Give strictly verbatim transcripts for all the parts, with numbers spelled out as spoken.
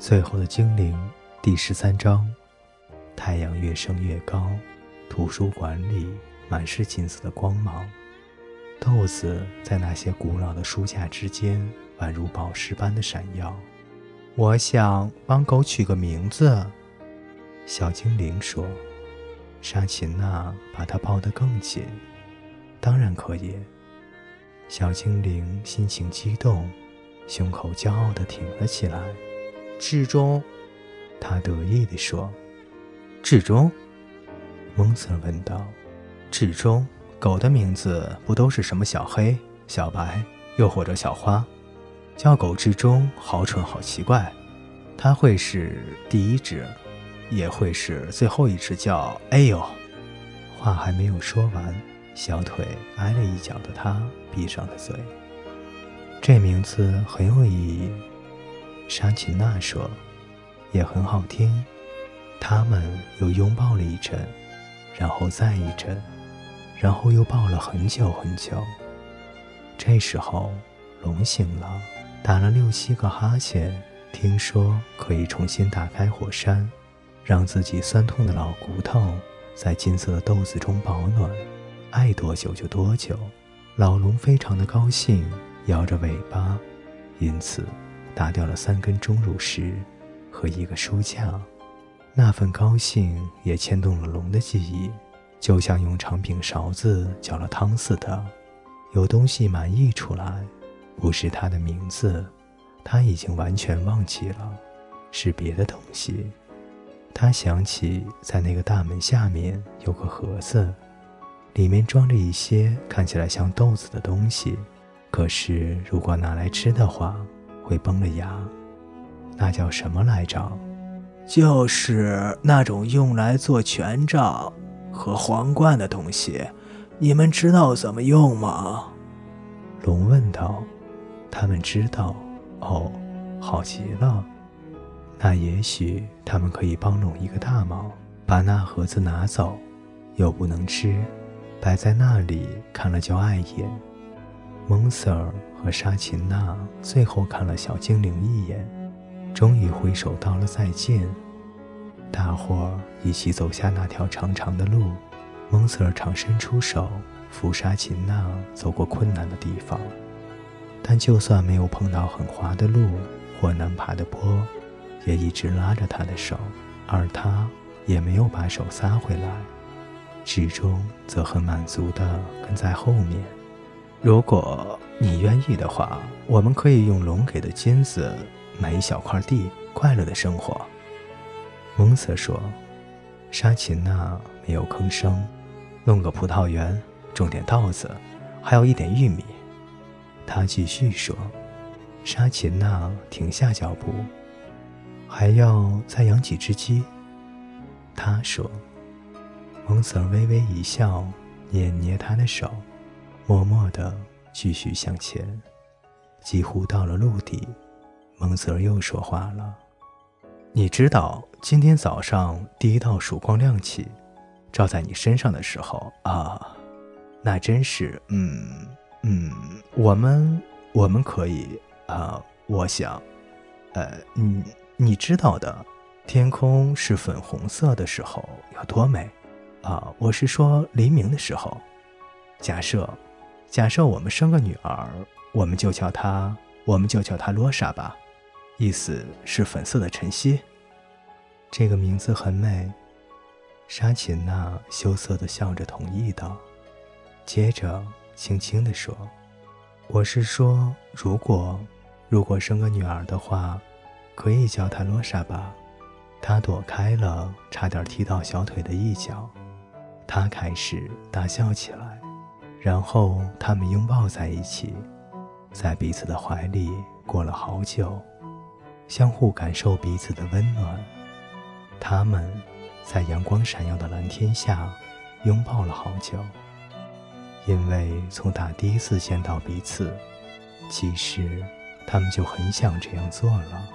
最后的精灵第十三章。太阳越升越高，图书馆里满是金色的光芒，豆子在那些古老的书架之间宛如宝石般的闪耀。我想帮狗取个名字，小精灵说。沙琴娜把它抱得更紧。当然可以。小精灵心情激动，胸口骄傲地挺了起来。至忠，他得意地说。至忠？蒙瑟问道。至忠，狗的名字不都是什么小黑、小白，又或者小花？叫狗至忠好蠢好奇怪。它会是第一只，也会是最后一只叫哎呦。话还没有说完，小腿挨了一脚的他闭上了嘴。这名字很有意义，沙琴娜说，也很好听。他们又拥抱了一阵，然后再一阵，然后又抱了很久很久。这时候龙醒了，打了六七个哈欠，听说可以重新打开火山，让自己酸痛的老骨头在金色的豆子中保暖，爱多久就多久。老龙非常的高兴，摇着尾巴，因此打掉了三根钟乳石和一个书架。那份高兴也牵动了龙的记忆，就像用长柄勺子搅了汤似的。有东西满溢出来，不是他的名字，他已经完全忘记了，是别的东西。他想起在那个大门下面有个盒子，里面装着一些看起来像豆子的东西，可是如果拿来吃的话会崩了牙。那叫什么来着？就是那种用来做权杖和皇冠的东西，你们知道怎么用吗？龙问道。他们知道。哦，好极了。那也许他们可以帮龙一个大忙，把那盒子拿走，又不能吃，摆在那里看了就碍眼。蒙瑟尔和沙琴娜最后看了小精灵一眼，终于挥手道了再见。大伙儿一起走下那条长长的路，蒙瑟尔常伸出手扶沙琴娜走过困难的地方，但就算没有碰到很滑的路或难爬的坡，也一直拉着她的手，而她也没有把手撒回来。至终则很满足地跟在后面。如果你愿意的话，我们可以用龙给的金子买一小块地，快乐的生活。蒙瑟说。沙琴娜没有吭声。弄个葡萄园，种点稻子，还有一点玉米。他继续说。沙琴娜停下脚步。还要再养几只鸡。他说。蒙瑟尔微微一笑，捏捏他的手，默默地继续向前。几乎到了陆地，蒙瑟尔又说话了。你知道今天早上第一道曙光亮起，照在你身上的时候啊，那真是嗯嗯我们我们可以啊、呃、我想呃你你知道的，天空是粉红色的时候有多美啊！我是说黎明的时候。假设假设我们生个女儿，我们就叫她我们就叫她罗莎吧，意思是粉色的晨曦。这个名字很美。沙琴娜羞涩地笑着同意道，接着轻轻地说，我是说如果如果生个女儿的话，可以叫她罗莎吧。她躲开了差点踢到小腿的一脚。她开始大笑起来，然后他们拥抱在一起，在彼此的怀里过了好久，相互感受彼此的温暖。他们在阳光闪耀的蓝天下拥抱了好久，因为从打第一次见到彼此，其实他们就很想这样做了。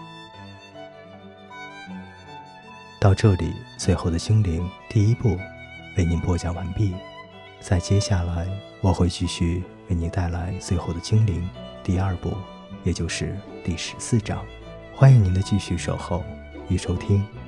到这里，最后的精灵第一部为您播讲完毕。在接下来我会继续为您带来最后的精灵第二部，也就是第十四章。 欢迎您的继续守候与收听。